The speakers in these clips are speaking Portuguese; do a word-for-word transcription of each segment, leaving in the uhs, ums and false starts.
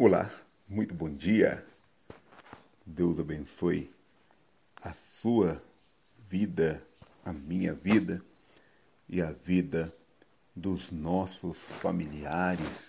Olá, muito bom dia. Deus abençoe a sua vida, a minha vida e a vida dos nossos familiares.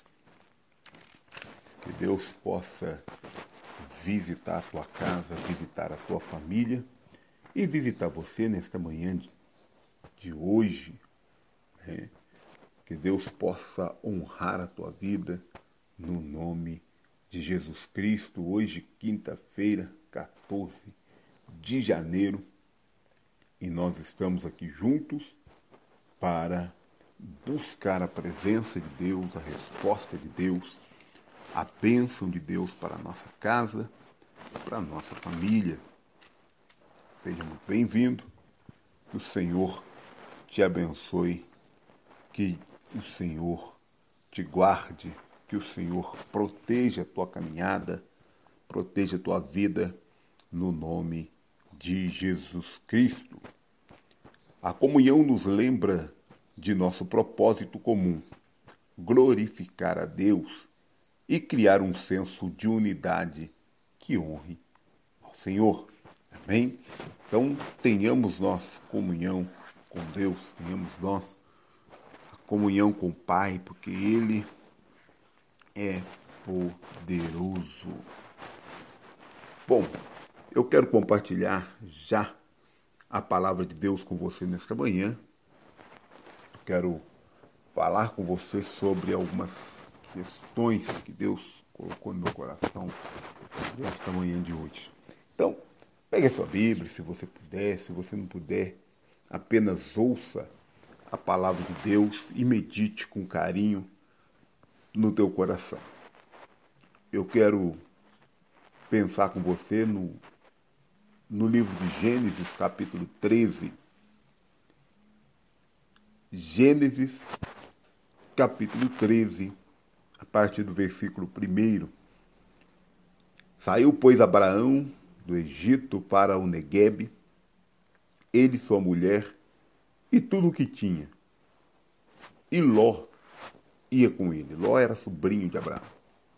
Que Deus possa visitar a tua casa, visitar a tua família e visitar você nesta manhã de hoje, né? Que Deus possa honrar a tua vida no nome de Jesus Cristo. Hoje, quinta-feira, quatorze de janeiro, e nós estamos aqui juntos para buscar a presença de Deus, a resposta de Deus, a bênção de Deus para a nossa casa, para a nossa família. Seja muito bem-vindo, que o Senhor te abençoe, que o Senhor te guarde, que o Senhor proteja a tua caminhada, proteja a tua vida, no nome de Jesus Cristo. A comunhão nos lembra de nosso propósito comum, glorificar a Deus e criar um senso de unidade que honre ao Senhor. Amém? Então, tenhamos nós comunhão com Deus, tenhamos nós a comunhão com o Pai, porque Ele é poderoso. Bom, eu quero compartilhar já a palavra de Deus com você nesta manhã. Eu quero falar com você sobre algumas questões que Deus colocou no meu coração nesta manhã de hoje. Então, pegue a sua Bíblia, se você puder, se você não puder, apenas ouça a palavra de Deus e medite com carinho no teu coração. Eu quero pensar com você no, no livro de Gênesis, capítulo treze. Gênesis, capítulo treze, a partir do versículo primeiro. Saiu, pois, Abraão do Egito para o Neguebe, ele, sua mulher e tudo o que tinha. E Ló ia com ele. Ló era sobrinho de Abraão.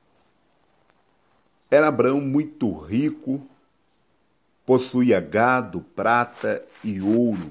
Era Abraão muito rico, possuía gado, prata e ouro.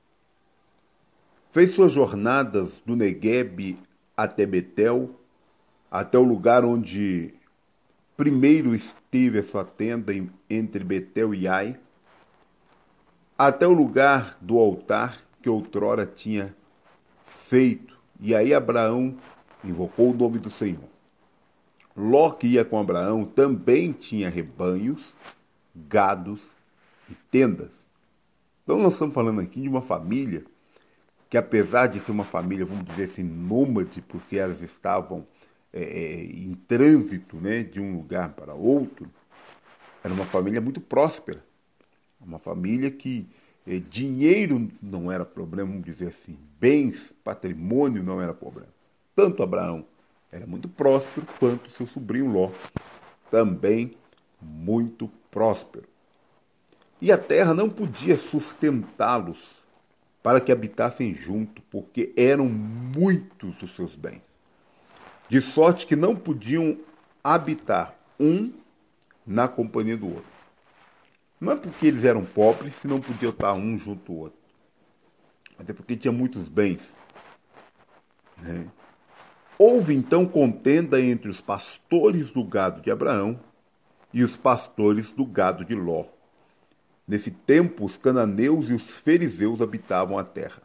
Fez suas jornadas do Neguebe até Betel, até o lugar onde primeiro esteve a sua tenda entre Betel e Ai, até o lugar do altar que outrora tinha feito. E aí Abraão invocou o nome do Senhor. Ló, que ia com Abraão, também tinha rebanhos, gados e tendas. Então nós estamos falando aqui de uma família que, apesar de ser uma família, vamos dizer assim, nômade, porque elas estavam é, em trânsito, né, de um lugar para outro, era uma família muito próspera. Uma família que é, dinheiro não era problema, vamos dizer assim, bens, patrimônio não era problema. Tanto Abraão era muito próspero, quanto seu sobrinho Ló, também muito próspero. E a terra não podia sustentá-los para que habitassem junto, porque eram muitos os seus bens. De sorte que não podiam habitar um na companhia do outro. Não é porque eles eram pobres que não podiam estar um junto do outro. Até porque tinha muitos bens, né? Houve então contenda entre os pastores do gado de Abraão e os pastores do gado de Ló. Nesse tempo, os cananeus e os fariseus habitavam a terra.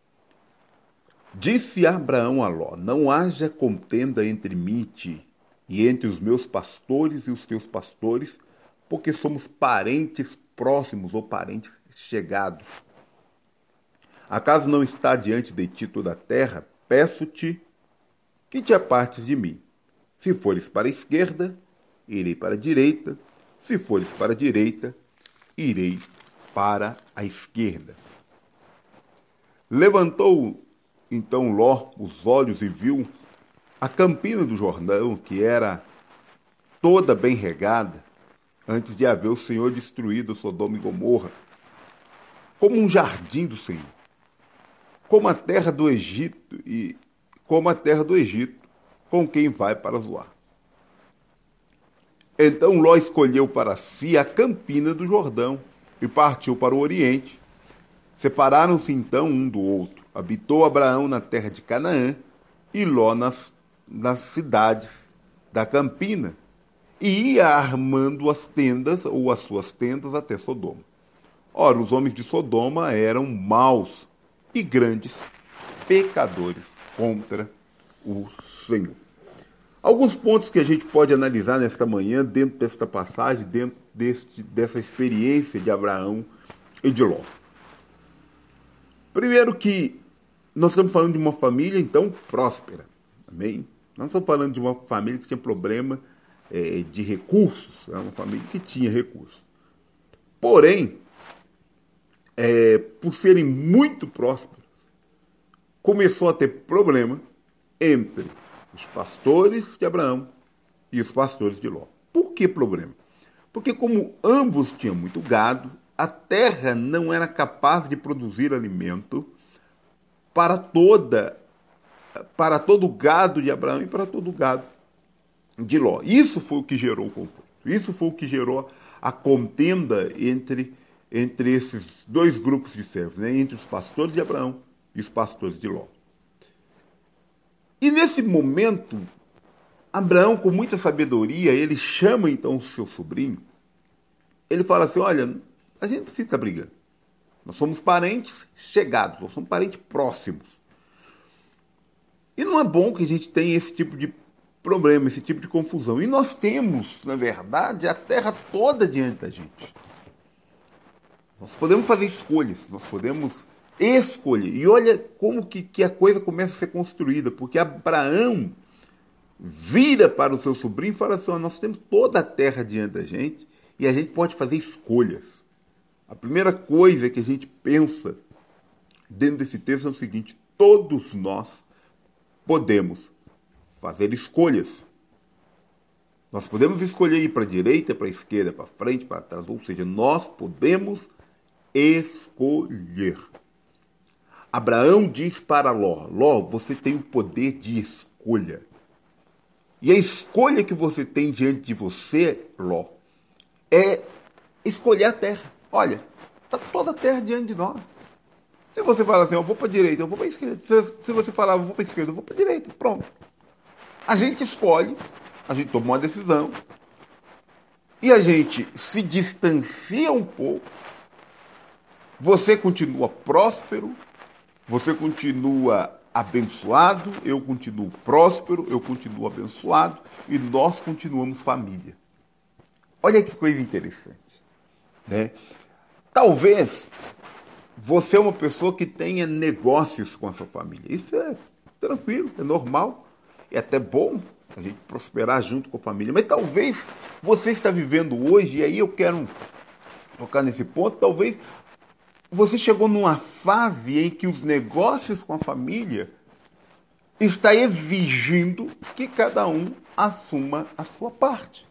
Disse Abraão a Ló: não haja contenda entre mim e ti, e entre os meus pastores e os teus pastores, porque somos parentes próximos ou parentes chegados. Acaso não está diante de ti toda a terra? Peço-te que te apartes de mim. Se fores para a esquerda, irei para a direita. Se fores para a direita, irei para a esquerda. Levantou então Ló os olhos e viu a campina do Jordão, que era toda bem regada, antes de haver o Senhor destruído Sodoma e Gomorra, como um jardim do Senhor, como a terra do Egito e como a terra do Egito, com quem vai para Zoar. Então Ló escolheu para si a campina do Jordão e partiu para o Oriente. Separaram-se então um do outro. Habitou Abraão na terra de Canaã e Ló nas, nas cidades da campina. E ia armando as tendas, ou as suas tendas, até Sodoma. Ora, os homens de Sodoma eram maus e grandes pecadores contra o Senhor. Alguns pontos que a gente pode analisar nesta manhã, dentro desta passagem, dentro deste, dessa experiência de Abraão e de Ló. Primeiro que nós estamos falando de uma família, então, próspera. Amém? Nós estamos falando de uma família que tinha problema é, de recursos. É uma família que tinha recursos. Porém, é, por serem muito prósperos, começou a ter problema entre os pastores de Abraão e os pastores de Ló. Por que problema? Porque como ambos tinham muito gado, a terra não era capaz de produzir alimento para toda para todo o gado de Abraão e para todo o gado de Ló. Isso foi o que gerou o conflito. Isso foi o que gerou a contenda entre, entre esses dois grupos de servos, né? Entre os pastores de Abraão e os pastores de Ló. E nesse momento, Abraão, com muita sabedoria, ele chama então o seu sobrinho. Ele fala assim, olha, a gente não precisa estar brigando. Nós somos parentes chegados, nós somos parentes próximos. E não é bom que a gente tenha esse tipo de problema, esse tipo de confusão. E nós temos, na verdade, a terra toda diante da gente. Nós podemos fazer escolhas, nós podemos escolher. E olha como que, que a coisa começa a ser construída, porque Abraão vira para o seu sobrinho e fala assim, nós temos toda a terra diante da gente e a gente pode fazer escolhas. A primeira coisa que a gente pensa dentro desse texto é o seguinte, todos nós podemos fazer escolhas. Nós podemos escolher ir para a direita, para a esquerda, para frente, para trás, ou seja, nós podemos escolher. Abraão diz para Ló, Ló, você tem o poder de escolha. E a escolha que você tem diante de você, Ló, é escolher a terra. Olha, está toda a terra diante de nós. Se você falar assim, eu vou para a direita, eu vou para a esquerda. Se você falar, eu vou para a esquerda, eu vou para a direita. Pronto. A gente escolhe, a gente toma uma decisão, e a gente se distancia um pouco. Você continua próspero, você continua abençoado, eu continuo próspero, eu continuo abençoado, e nós continuamos família. Olha que coisa interessante, né? Talvez você é uma pessoa que tenha negócios com a sua família. Isso é tranquilo, é normal, é até bom a gente prosperar junto com a família. Mas talvez você está vivendo hoje, e aí eu quero tocar nesse ponto, talvez você chegou numa fase em que os negócios com a família está exigindo que cada um assuma a sua parte.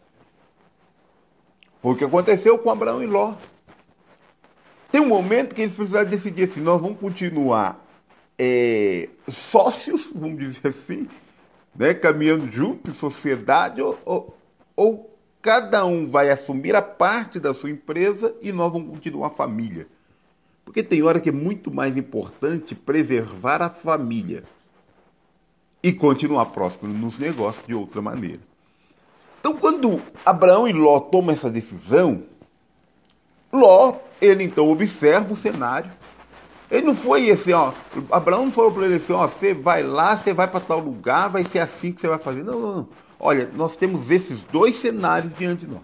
Foi o que aconteceu com Abraão e Ló. Tem um momento que eles precisaram decidir assim, nós vamos continuar é, sócios, vamos dizer assim, né, caminhando junto em sociedade, ou, ou, ou cada um vai assumir a parte da sua empresa e nós vamos continuar família. Porque tem hora que é muito mais importante preservar a família e continuar próspero nos negócios de outra maneira. Então, quando Abraão e Ló tomam essa decisão, Ló, ele então observa o cenário. Ele não foi assim, ó, Abraão não falou para ele assim, ó, você vai lá, você vai para tal lugar, vai ser assim que você vai fazer. Não, não, não. Olha, nós temos esses dois cenários diante de nós.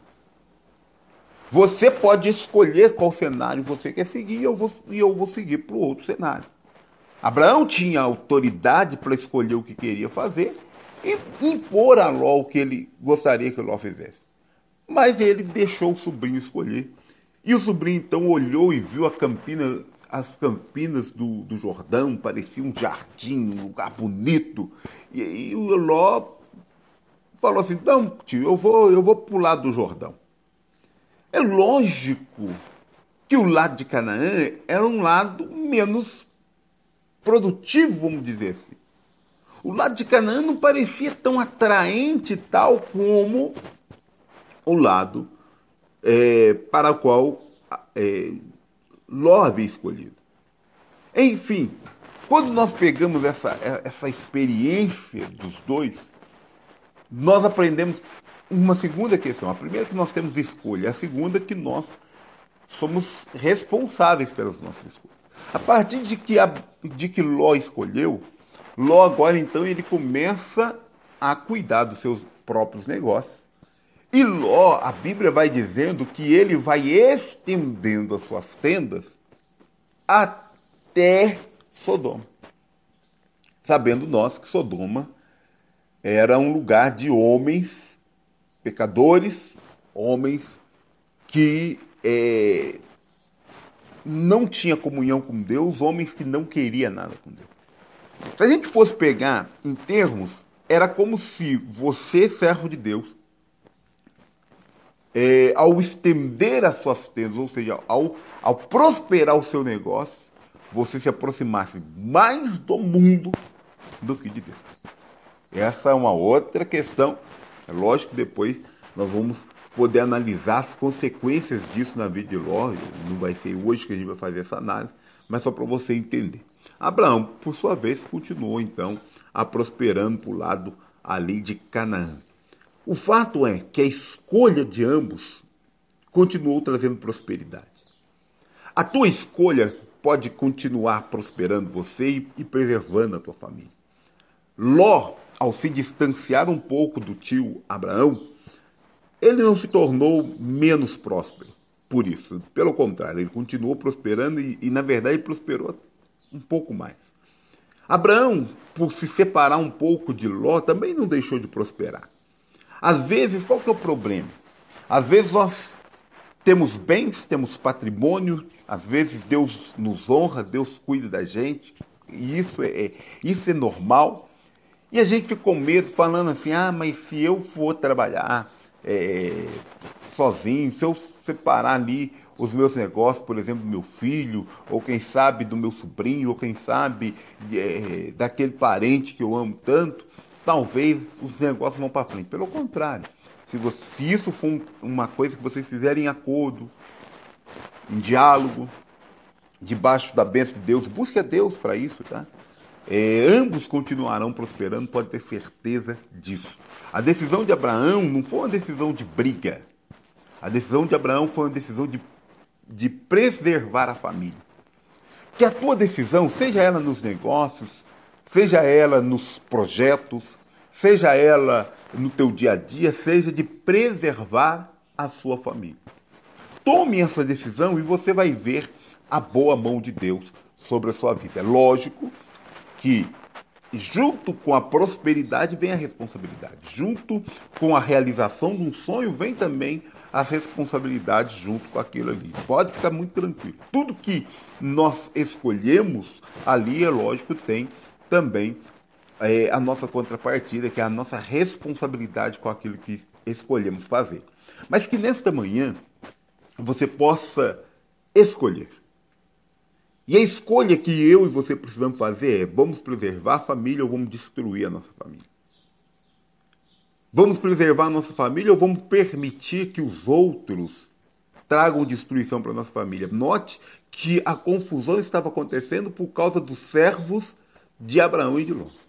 Você pode escolher qual cenário você quer seguir e eu vou, e eu vou seguir para o outro cenário. Abraão tinha autoridade para escolher o que queria fazer e impor a Ló o que ele gostaria que Ló fizesse. Mas ele deixou o sobrinho escolher. E o sobrinho então olhou e viu a campina, as campinas do, do Jordão, parecia um jardim, um lugar bonito. E, e o Ló falou assim, não, tio, eu vou, eu vou para o lado do Jordão. É lógico que o lado de Canaã era um lado menos produtivo, vamos dizer assim. O lado de Canaã não parecia tão atraente tal como o lado é, para o qual é, Ló havia escolhido. Enfim, quando nós pegamos essa, essa experiência dos dois, nós aprendemos uma segunda questão. A primeira é que nós temos escolha, a segunda é que nós somos responsáveis pelas nossas escolhas. A partir de que, a, de que Ló escolheu, Ló agora então ele começa a cuidar dos seus próprios negócios. E Ló, a Bíblia vai dizendo que ele vai estendendo as suas tendas até Sodoma. Sabendo nós que Sodoma era um lugar de homens pecadores, homens que é, não tinham comunhão com Deus, homens que não queriam nada com Deus. Se a gente fosse pegar em termos, era como se você, servo de Deus, é, ao estender as suas tendas, ou seja, ao, ao prosperar o seu negócio, você se aproximasse mais do mundo do que de Deus. Essa é uma outra questão. É lógico que depois nós vamos poder analisar as consequências disso na vida de Ló. Não vai ser hoje que a gente vai fazer essa análise, mas só para você entender. Abraão, por sua vez, continuou então a prosperando para o lado ali de Canaã. O fato é que a escolha de ambos continuou trazendo prosperidade. A tua escolha pode continuar prosperando você e preservando a tua família. Ló, ao se distanciar um pouco do tio Abraão, ele não se tornou menos próspero por isso. Pelo contrário, ele continuou prosperando e, e na verdade, prosperou um pouco mais. Abraão, por se separar um pouco de Ló, também não deixou de prosperar. Às vezes, qual que é o problema? Às vezes nós temos bens, temos patrimônio, às vezes Deus nos honra, Deus cuida da gente, e isso é, isso é normal. E a gente fica com medo, falando assim, ah, mas se eu for trabalhar é, sozinho, se eu separar ali os meus negócios, por exemplo, do meu filho, ou quem sabe do meu sobrinho, ou quem sabe é, daquele parente que eu amo tanto, talvez os negócios vão para frente. Pelo contrário, se, você, se isso for um, uma coisa que vocês fizerem em acordo, em diálogo, debaixo da bênção de Deus, busque a Deus para isso, tá? É, ambos continuarão prosperando, pode ter certeza disso. A decisão de Abraão não foi uma decisão de briga. A decisão de Abraão foi uma decisão de, de preservar a família. Que a tua decisão, seja ela nos negócios, seja ela nos projetos, seja ela no teu dia a dia, seja de preservar a sua família. Tome essa decisão e você vai ver a boa mão de Deus sobre a sua vida. É lógico que junto com a prosperidade vem a responsabilidade. Junto com a realização de um sonho vem também as responsabilidades junto com aquilo ali. Pode ficar muito tranquilo. Tudo que nós escolhemos ali, é lógico, tem também é, a nossa contrapartida, que é a nossa responsabilidade com aquilo que escolhemos fazer. Mas que nesta manhã você possa escolher. E a escolha que eu e você precisamos fazer é: vamos preservar a família ou vamos destruir a nossa família? Vamos preservar a nossa família ou vamos permitir que os outros tragam destruição para a nossa família? Note que a confusão estava acontecendo por causa dos servos de Abraão e de Ló.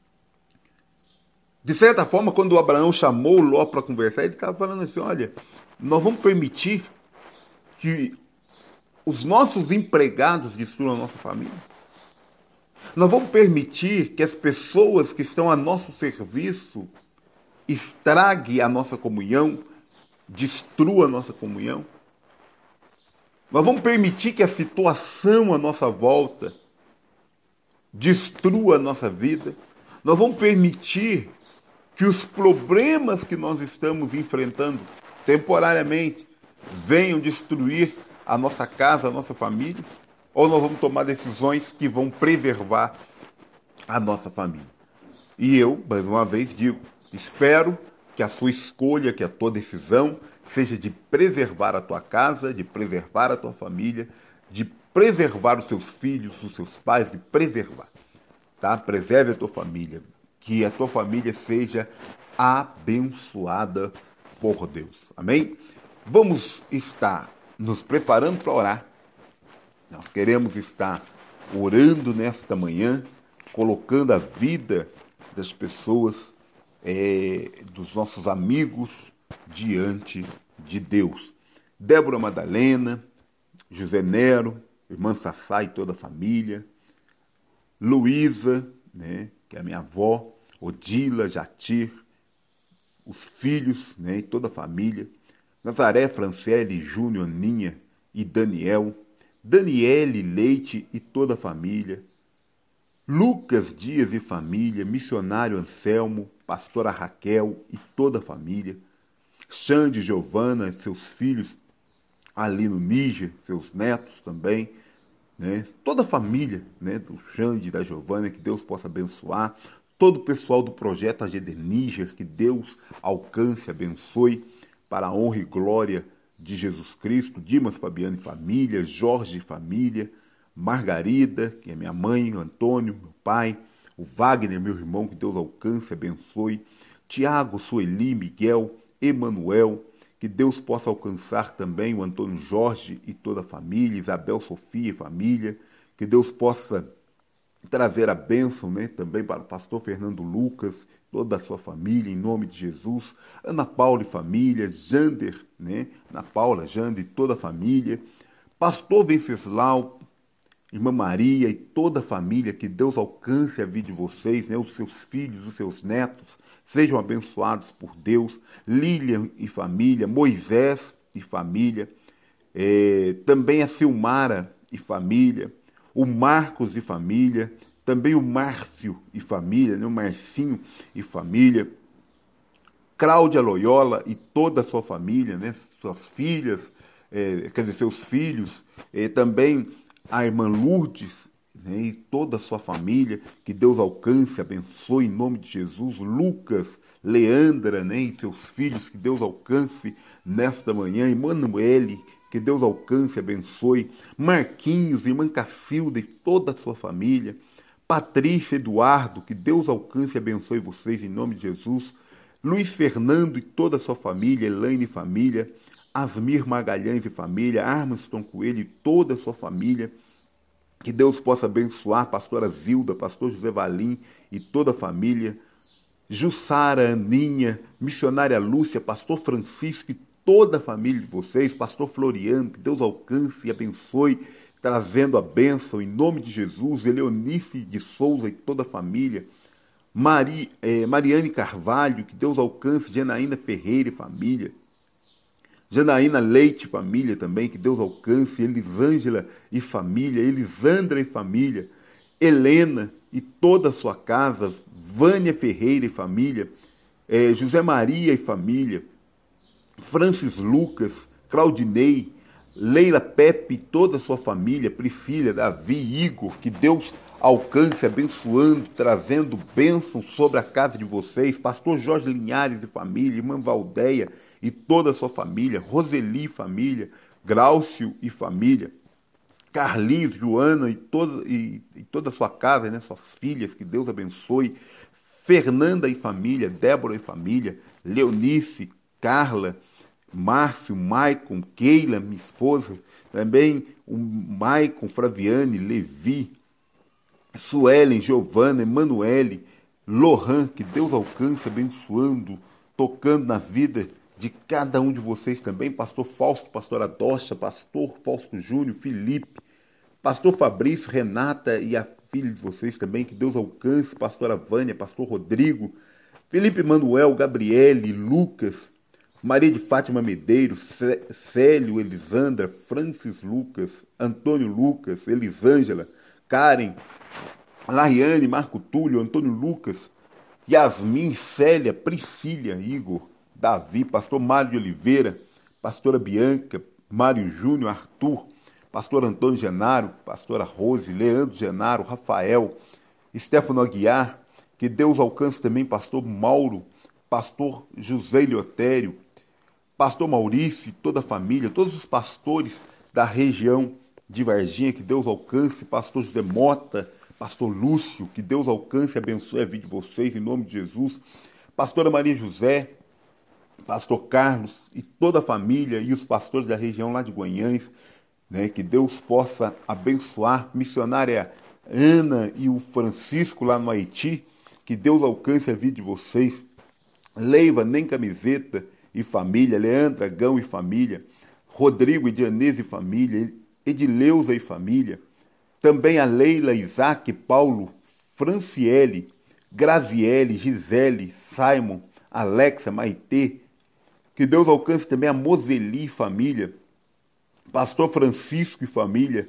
De certa forma, quando Abraão chamou Ló para conversar, ele estava falando assim: olha, nós vamos permitir que os nossos empregados destruam a nossa família? Nós vamos permitir que as pessoas que estão a nosso serviço estraguem a nossa comunhão, destruam a nossa comunhão? Nós vamos permitir que a situação à nossa volta destrua a nossa vida? Nós vamos permitir que os problemas que nós estamos enfrentando temporariamente venham destruir a nossa casa, a nossa família? Ou nós vamos tomar decisões que vão preservar a nossa família? E eu, mais uma vez, digo, espero que a sua escolha, que a tua decisão seja de preservar a tua casa, de preservar a tua família, de preservar os seus filhos, os seus pais, de preservar. Tá? Preserve a tua família, que a tua família seja abençoada por Deus. Amém? Vamos estar nos preparando para orar. Nós queremos estar orando nesta manhã, colocando a vida das pessoas, é, dos nossos amigos, diante de Deus. Débora Madalena, José Nero, irmã Sassá e toda a família, Luísa, né, que é a minha avó, Odila, Jatir, os filhos, né, e toda a família, Nazaré, Franciele, Júnior, Ninha e Daniel, Daniele Leite e toda a família, Lucas Dias e família, missionário Anselmo, pastora Raquel e toda a família, Xande, Giovana, seus filhos ali no Níger, seus netos também, né? Toda a família, né, do Xande e da Giovana, que Deus possa abençoar, todo o pessoal do projeto A G D Níger, que Deus alcance, abençoe, para a honra e glória de Jesus Cristo, Dimas, Fabiano e família, Jorge e família, Margarida, que é minha mãe, Antônio, meu pai, o Wagner, meu irmão, que Deus alcance, abençoe, Tiago, Sueli, Miguel, Emanuel, que Deus possa alcançar também o Antônio Jorge e toda a família, Isabel, Sofia e família, que Deus possa trazer a bênção, né, também para o pastor Fernando Lucas, toda a sua família, em nome de Jesus, Ana Paula e família, Jander, né, Ana Paula, Jander e toda a família, pastor Venceslau, irmã Maria e toda a família, que Deus alcance a vida de vocês, né, os seus filhos, os seus netos, sejam abençoados por Deus, Lília e família, Moisés e família, é, também a Silmara e família, o Marcos e família, também o Márcio e família, né, o Marcinho e família, Cláudia Loyola e toda a sua família, né, suas filhas, é, quer dizer, seus filhos, é, também a irmã Lourdes, né, e toda a sua família, que Deus alcance, abençoe em nome de Jesus, Lucas, Leandra, né, e seus filhos, que Deus alcance nesta manhã, Emanuele, que Deus alcance, abençoe, Marquinhos, irmã Cacilda e toda a sua família, Patrícia, Eduardo, que Deus alcance e abençoe vocês em nome de Jesus, Luiz Fernando e toda a sua família, Elaine e família, Asmir Magalhães e família, Armstrong Coelho e toda a sua família, que Deus possa abençoar pastora Zilda, pastor José Valim e toda a família, Jussara, Aninha, missionária Lúcia, pastor Francisco e toda a família de vocês, pastor Floriano, que Deus alcance e abençoe, trazendo a bênção em nome de Jesus, Eleonice de Souza e toda a família, Mari, eh, Mariane Carvalho, que Deus alcance, Janaína Ferreira e família, Janaína Leite, família também, que Deus alcance, Elisângela e família, Elisandra e família, Helena e toda a sua casa, Vânia Ferreira e família, eh, José Maria e família, Francis Lucas, Claudinei, Leila Pepe e toda a sua família, Priscila, Davi, Igor, que Deus alcance, abençoando, trazendo bênção sobre a casa de vocês, pastor Jorge Linhares e família, irmã Valdeia e toda a sua família, Roseli e família, Graucio e família, Carlinhos, Joana e toda, e, e toda a sua casa, né, suas filhas, que Deus abençoe, Fernanda e família, Débora e família, Leonice, Carla, Márcio, Maicon, Keila, minha esposa, também o Maicon, Flaviane, Levi, Suelen, Giovana, Emanuele, Lohan, que Deus alcance, abençoando, tocando na vida de cada um de vocês também, pastor Fausto, pastora Docha, pastor Fausto Júnior, Felipe, pastor Fabrício, Renata e a filha de vocês também, que Deus alcance, pastora Vânia, pastor Rodrigo, Felipe Manuel, Gabriele, Lucas, Maria de Fátima Medeiros, Célio, Elisandra, Francis Lucas, Antônio Lucas, Elisângela, Karen, Lariane, Marco Túlio, Antônio Lucas, Yasmin, Célia, Priscila, Igor, Davi, pastor Mário de Oliveira, pastora Bianca, Mário Júnior, Arthur, pastor Antônio Genaro, pastora Rose, Leandro Genaro, Rafael, Stefano Aguiar, que Deus alcance também pastor Mauro, pastor José Eleutério, pastor Maurício, toda a família, todos os pastores da região de Varginha, que Deus alcance, pastor José Mota, pastor Lúcio, que Deus alcance e abençoe a vida de vocês, em nome de Jesus, pastora Maria José, pastor Carlos e toda a família e os pastores da região lá de Guanhães, né, que Deus possa abençoar, missionária Ana e o Francisco lá no Haiti, que Deus alcance a vida de vocês, Leiva, Nem Camiseta e família, Leandra, Gão e família, Rodrigo e Dianese e família, Edileuza e família, também a Leila, Isaac, Paulo, Franciele, Graziele, Gisele, Simon, Alexa, Maitê, que Deus alcance também a Moseli e família, pastor Francisco e família,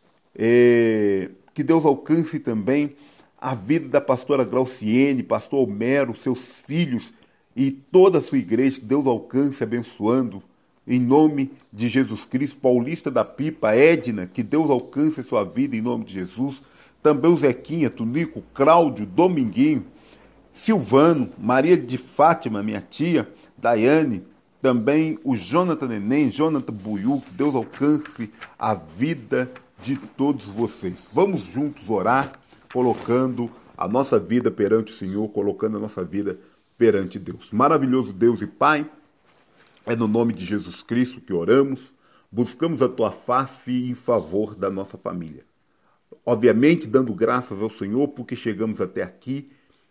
é, que Deus alcance também a vida da pastora Glauciene, pastor Homero, seus filhos e toda a sua igreja, que Deus alcance abençoando, em nome de Jesus Cristo. Paulista da Pipa, Edna, que Deus alcance a sua vida em nome de Jesus. Também o Zequinha, Tunico, Cláudio, Dominguinho, Silvano, Maria de Fátima, minha tia, Daiane, também o Jonathan Neném, Jonathan Buiu, que Deus alcance a vida de todos vocês. Vamos juntos orar, colocando a nossa vida perante o Senhor, colocando a nossa vida perante Deus. Maravilhoso Deus e Pai, é no nome de Jesus Cristo que oramos, buscamos a Tua face em favor da nossa família. Obviamente, dando graças ao Senhor, porque chegamos até aqui,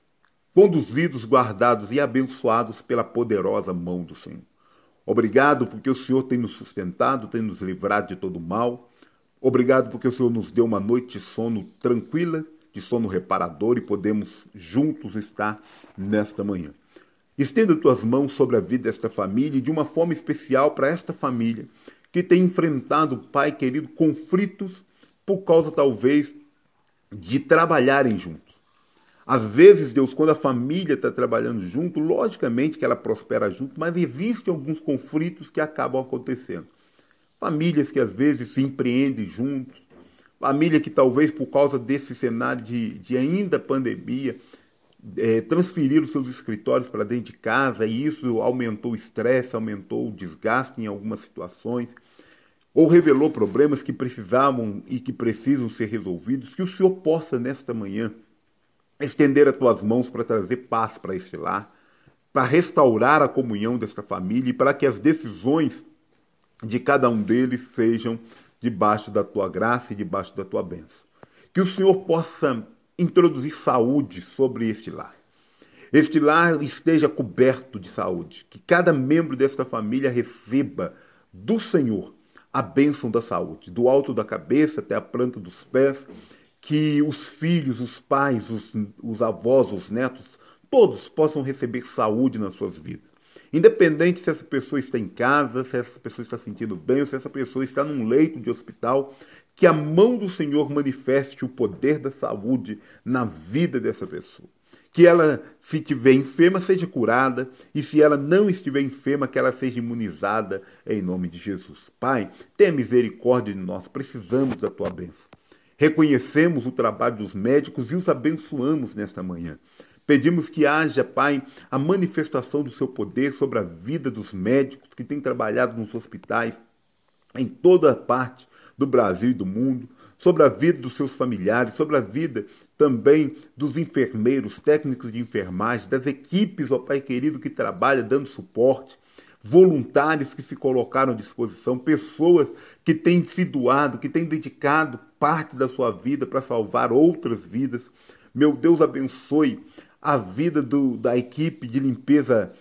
conduzidos, guardados e abençoados pela poderosa mão do Senhor. Obrigado porque o Senhor tem nos sustentado, tem nos livrado de todo mal. Obrigado porque o Senhor nos deu uma noite de sono tranquila, de sono reparador, e podemos juntos estar nesta manhã. Estenda tuas mãos sobre a vida desta família e de uma forma especial para esta família que tem enfrentado, Pai querido, conflitos por causa talvez de trabalharem juntos. Às vezes, Deus, quando a família está trabalhando junto, logicamente que ela prospera junto, mas existem alguns conflitos que acabam acontecendo. Famílias que às vezes se empreendem juntos, família que talvez por causa desse cenário de, de ainda pandemia, É, transferiram seus escritórios para dentro de casa, e isso aumentou o estresse, aumentou o desgaste em algumas situações, ou revelou problemas que precisavam e que precisam ser resolvidos. Que o Senhor possa, nesta manhã, estender as tuas mãos para trazer paz para este lar, para restaurar a comunhão desta família e para que as decisões de cada um deles sejam debaixo da tua graça e debaixo da tua bênção. Que o Senhor possa introduzir saúde sobre este lar. Este lar esteja coberto de saúde. Que cada membro desta família receba do Senhor a bênção da saúde, do alto da cabeça até a planta dos pés. Que os filhos, os pais, os, os avós, os netos, todos possam receber saúde nas suas vidas. Independente se essa pessoa está em casa, se essa pessoa está se sentindo bem ou se essa pessoa está num leito de hospital, que a mão do Senhor manifeste o poder da saúde na vida dessa pessoa. Que ela, se estiver enferma, seja curada, e se ela não estiver enferma, que ela seja imunizada em nome de Jesus. Pai, tenha misericórdia de nós, precisamos da tua bênção. Reconhecemos o trabalho dos médicos e os abençoamos nesta manhã. Pedimos que haja, Pai, a manifestação do seu poder sobre a vida dos médicos que têm trabalhado nos hospitais em toda parte do Brasil e do mundo, sobre a vida dos seus familiares, sobre a vida também dos enfermeiros, técnicos de enfermagem, das equipes, ó Pai querido, que trabalham dando suporte, voluntários que se colocaram à disposição, pessoas que têm se doado, que têm dedicado parte da sua vida para salvar outras vidas. Meu Deus, abençoe a vida do, da equipe de limpeza,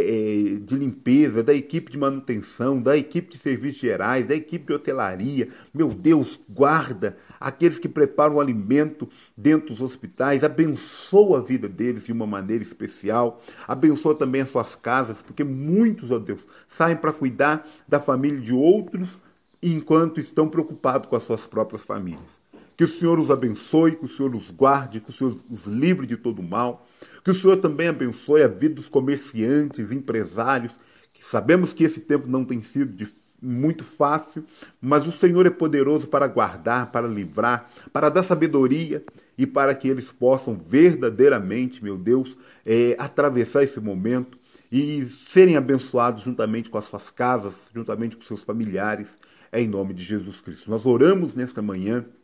é, de limpeza, da equipe de manutenção, da equipe de serviços gerais, da equipe de hotelaria. Meu Deus, guarda aqueles que preparam o alimento dentro dos hospitais, abençoa a vida deles de uma maneira especial, abençoa também as suas casas, porque muitos, ó Deus, saem para cuidar da família de outros enquanto estão preocupados com as suas próprias famílias. Que o Senhor os abençoe, que o Senhor os guarde, que o Senhor os livre de todo mal. Que o Senhor também abençoe a vida dos comerciantes, empresários, que sabemos que esse tempo não tem sido de, muito fácil, mas o Senhor é poderoso para guardar, para livrar, para dar sabedoria e para que eles possam verdadeiramente, meu Deus, é, atravessar esse momento e serem abençoados juntamente com as suas casas, juntamente com seus familiares, em nome de Jesus Cristo. Nós oramos nesta manhã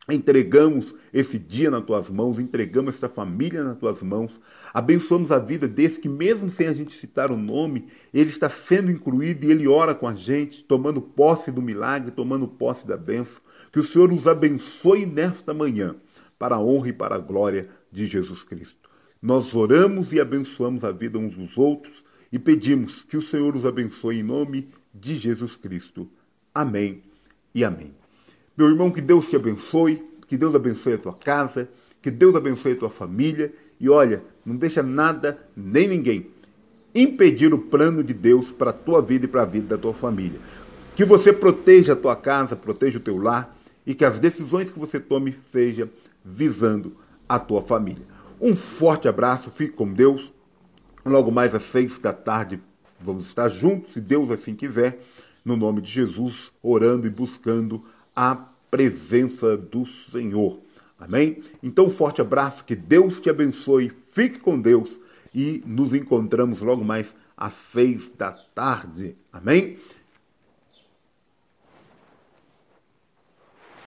Entregamos esse dia nas tuas mãos, entregamos esta família nas tuas mãos, abençoamos a vida desse que, mesmo sem a gente citar o nome, ele está sendo incluído e ele ora com a gente, tomando posse do milagre, tomando posse da bênção. Que o Senhor os abençoe nesta manhã, para a honra e para a glória de Jesus Cristo. Nós oramos e abençoamos a vida uns dos outros e pedimos que o Senhor os abençoe em nome de Jesus Cristo. Amém e amém. Meu irmão, que Deus te abençoe, que Deus abençoe a tua casa, que Deus abençoe a tua família. E olha, não deixa nada nem ninguém impedir o plano de Deus para a tua vida e para a vida da tua família. Que você proteja a tua casa, proteja o teu lar e que as decisões que você tome sejam visando a tua família. Um forte abraço, fique com Deus. Logo mais às seis da tarde vamos estar juntos, se Deus assim quiser, no nome de Jesus, orando e buscando a presença do Senhor. Amém? Então, um forte abraço, que Deus te abençoe, fique com Deus e nos encontramos logo mais às seis da tarde. Amém?